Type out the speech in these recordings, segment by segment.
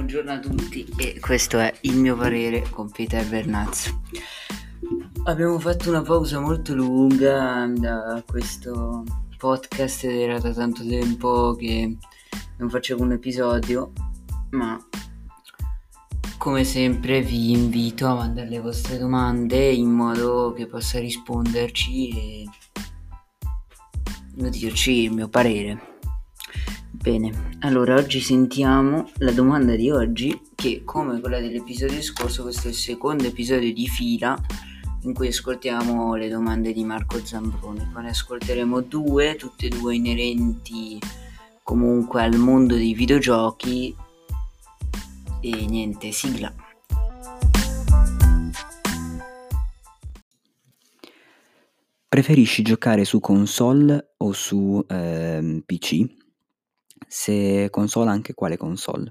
Buongiorno a tutti e questo è il mio parere con Peter Bernazzo. Abbiamo fatto una pausa molto lunga da questo podcast ed era da tanto tempo che non facevo un episodio, ma come sempre vi invito a mandare le vostre domande in modo che possa risponderci e dirci il mio parere. Bene, allora oggi sentiamo la domanda di oggi, che come quella dell'episodio scorso, questo è il secondo episodio di fila in cui ascoltiamo le domande di Marco Zambroni. Poi ne ascolteremo due, tutte e due inerenti comunque al mondo dei videogiochi. E niente, sigla. Preferisci giocare su console o su PC? Se console, anche quale console?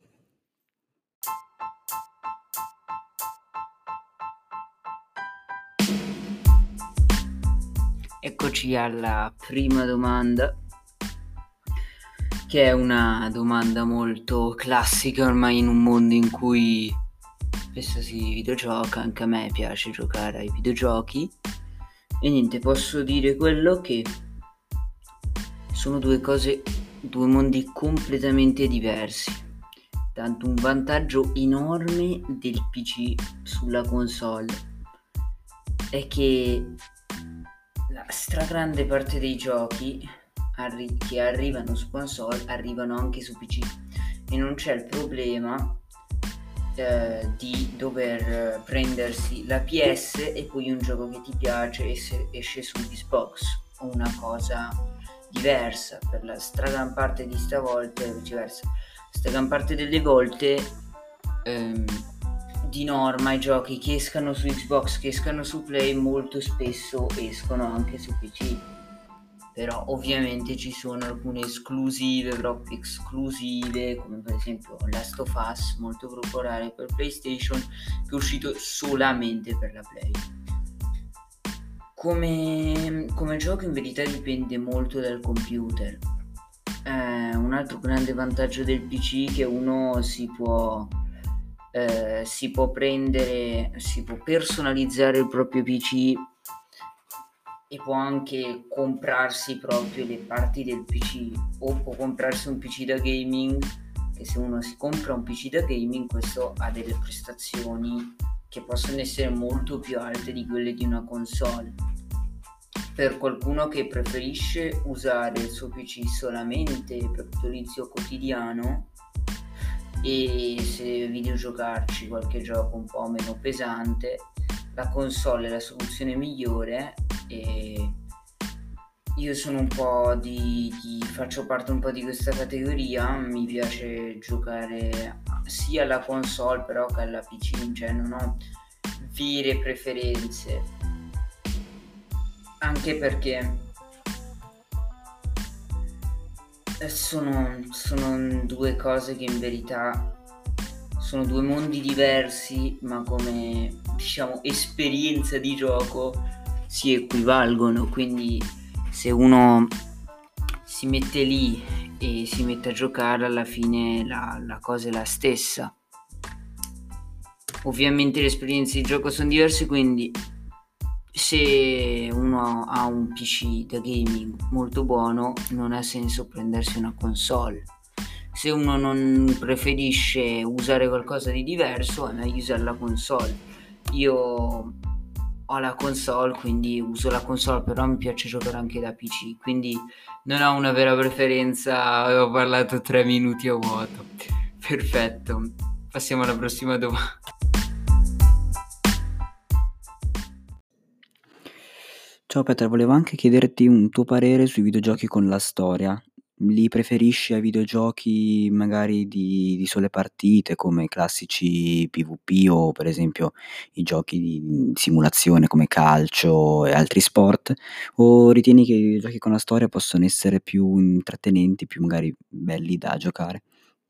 Eccoci alla prima domanda, che è una domanda molto classica ormai in un mondo in cui spesso si videogioca. Anche a me piace giocare ai videogiochi e niente, posso dire quello che sono due mondi completamente diversi. Tanto un vantaggio enorme del PC sulla console è che la stragrande parte dei giochi che arrivano su console arrivano anche su PC e non c'è il problema di dover prendersi la PS e poi un gioco che ti piace esce su Xbox o una cosa diversa. Per la stragrande parte di stavolta è viceversa. Stragrande parte delle volte di norma i giochi che escano su Xbox, che escano su Play, molto spesso escono anche su PC. Però ovviamente ci sono alcune esclusive, proprio esclusive, come per esempio Last of Us, molto popolare per PlayStation, che è uscito solamente per la Play. Come gioco in verità dipende molto dal computer. Un altro grande vantaggio del PC è che uno si può personalizzare il proprio PC e può anche comprarsi proprio le parti del PC, o può comprarsi un PC da gaming, che se uno si compra un PC da gaming questo ha delle prestazioni che possono essere molto più alte di quelle di una console. Per qualcuno che preferisce usare il suo PC solamente per utilizzo quotidiano e se videogiocarci qualche gioco un po' meno pesante, la console è la soluzione migliore. E io sono faccio parte un po' di questa categoria. Mi piace giocare sia alla console però che alla PC, cioè non ho vere preferenze, anche perché sono due cose che in verità sono due mondi diversi, ma come esperienza di gioco si equivalgono. Quindi se uno si mette lì e si mette a giocare, alla fine la cosa è la stessa. Ovviamente le esperienze di gioco sono diverse, quindi se uno ha un PC da gaming molto buono non ha senso prendersi una console. Se uno non preferisce usare qualcosa di diverso è meglio usare la console. Io ho la console, quindi uso la console, però mi piace giocare anche da PC, quindi non ho una vera preferenza. Avevo parlato 3 minuti a vuoto. Perfetto, passiamo alla prossima domanda. Ciao Peter, volevo anche chiederti un tuo parere sui videogiochi con la storia. Li preferisci ai videogiochi magari di sole partite come i classici PvP o per esempio i giochi di simulazione come calcio e altri sport, o ritieni che i videogiochi con la storia possono essere più intrattenenti, più magari belli da giocare?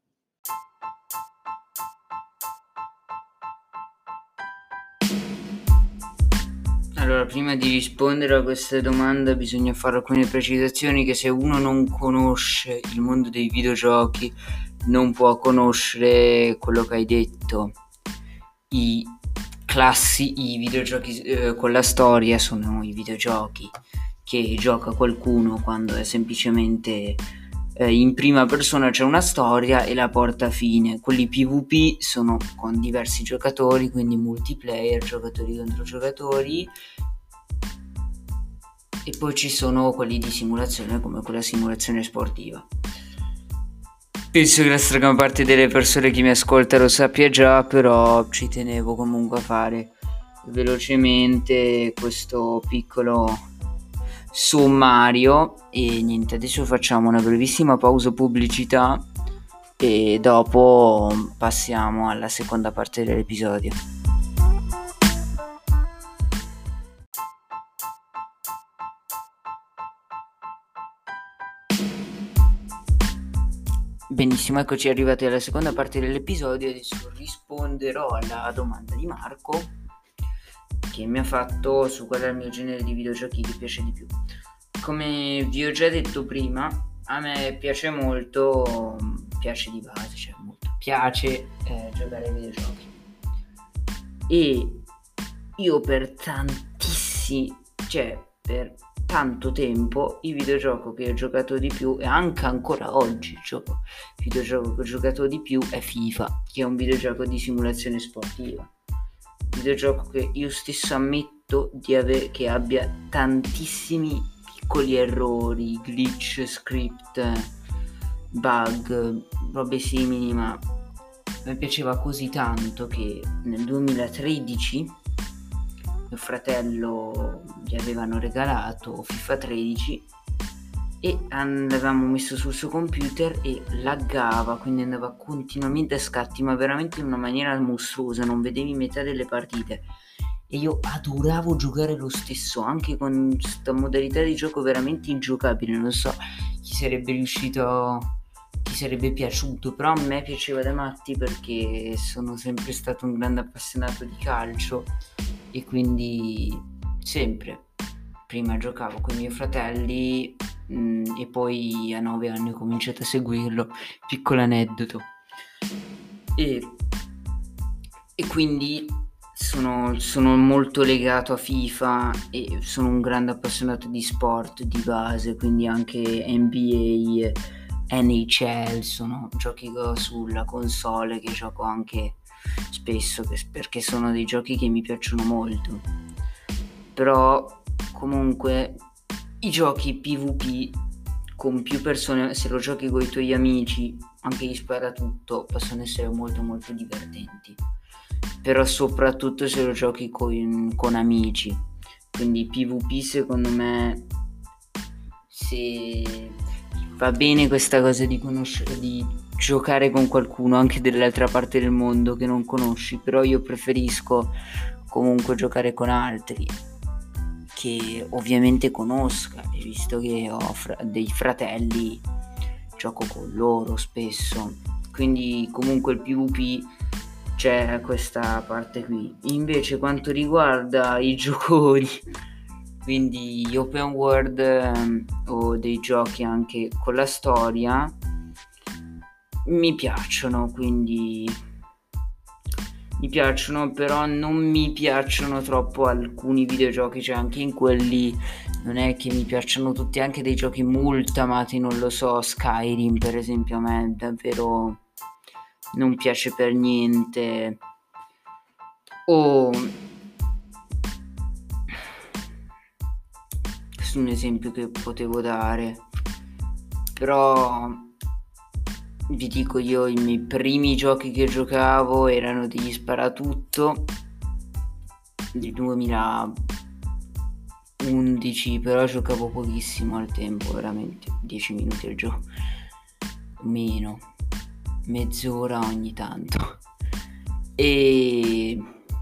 Allora, prima di rispondere a questa domanda bisogna fare alcune precisazioni, che se uno non conosce il mondo dei videogiochi non può conoscere quello che hai detto. I videogiochi con la storia sono i videogiochi che gioca qualcuno quando è semplicemente in prima persona, c'è una storia e la porta a fine. Quelli PvP sono con diversi giocatori, quindi multiplayer, giocatori contro giocatori, e poi ci sono quelli di simulazione come quella simulazione sportiva. Penso che la stragrande parte delle persone che mi ascolta lo sappia già, però ci tenevo comunque a fare velocemente questo piccolo sommario. E niente, adesso facciamo una brevissima pausa pubblicità e dopo passiamo alla seconda parte dell'episodio. Benissimo, eccoci arrivati alla seconda parte dell'episodio. Adesso risponderò alla domanda di Marco che mi ha fatto su qual è il mio genere di videogiochi che piace di più. Come vi ho già detto prima, a me piace molto, piace di base, cioè molto, piace giocare ai videogiochi. E io per tanto tempo il videogioco che ho giocato di più, e anche ancora oggi il videogioco che ho giocato di più è FIFA, che è un videogioco di simulazione sportiva. Videogioco che io stesso ammetto che abbia tantissimi piccoli errori, glitch, script, bug, robe simili, ma mi piaceva così tanto che nel 2013 mio fratello gli avevano regalato FIFA 13 e l'avevamo messo sul suo computer e laggava, quindi andava continuamente a scatti, ma veramente in una maniera mostruosa, non vedevi metà delle partite. E io adoravo giocare lo stesso, anche con questa modalità di gioco veramente ingiocabile. Non so chi sarebbe piaciuto, però a me piaceva da matti perché sono sempre stato un grande appassionato di calcio e quindi sempre prima giocavo con i miei fratelli e poi a 9 anni ho cominciato a seguirlo. Piccolo aneddoto. E quindi sono molto legato a FIFA e sono un grande appassionato di sport di base, quindi anche NBA, NHL, sono giochi sulla console che gioco anche spesso perché sono dei giochi che mi piacciono molto. Però comunque i giochi PvP con più persone, se lo giochi con i tuoi amici, anche gli sparatutto, possono essere molto molto divertenti, però soprattutto se lo giochi con amici. Quindi PvP secondo me, se va bene questa cosa di giocare con qualcuno anche dell'altra parte del mondo che non conosci, però io preferisco comunque giocare con altri che ovviamente conosca, e visto che ho dei fratelli gioco con loro spesso, quindi comunque il PvP c'è questa parte qui. Invece quanto riguarda i gioconi, quindi gli open world o dei giochi anche con la storia, mi piacciono, però non mi piacciono troppo alcuni videogiochi, cioè anche in quelli non è che mi piacciono tutti, anche dei giochi molto amati, non lo so, Skyrim per esempio a me davvero non piace per niente. Questo è un esempio che potevo dare, però vi dico, io i miei primi giochi che giocavo erano degli sparatutto del 2011, però giocavo pochissimo al tempo, veramente 10 minuti al gioco, meno, mezz'ora ogni tanto. E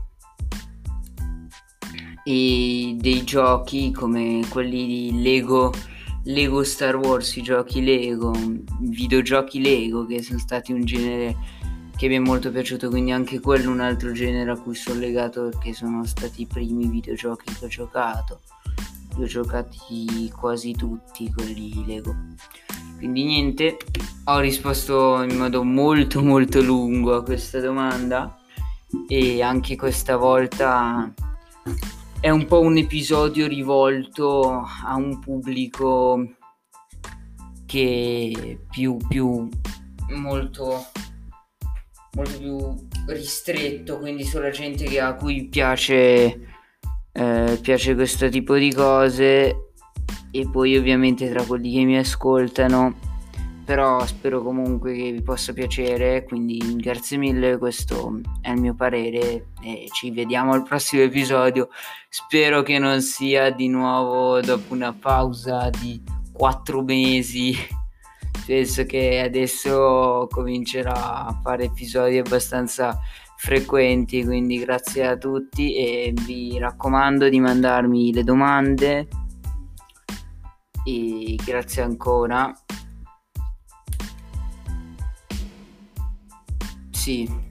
dei giochi come quelli di Lego Star Wars, i giochi Lego, videogiochi Lego, che sono stati un genere che mi è molto piaciuto, quindi anche quello è un altro genere a cui sono legato perché sono stati i primi videogiochi che ho giocato. Li ho giocati quasi tutti quelli Lego. Quindi niente, ho risposto in modo molto molto lungo a questa domanda e anche questa volta è un po' un episodio rivolto a un pubblico che è più molto più ristretto, quindi sulla gente a cui piace questo tipo di cose, e poi ovviamente tra quelli che mi ascoltano, però spero comunque che vi possa piacere, quindi grazie mille, questo è il mio parere e ci vediamo al prossimo episodio. Spero che non sia di nuovo dopo una pausa di 4 mesi. Penso che adesso comincerò a fare episodi abbastanza frequenti, quindi grazie a tutti e vi raccomando di mandarmi le domande e grazie ancora. Sì.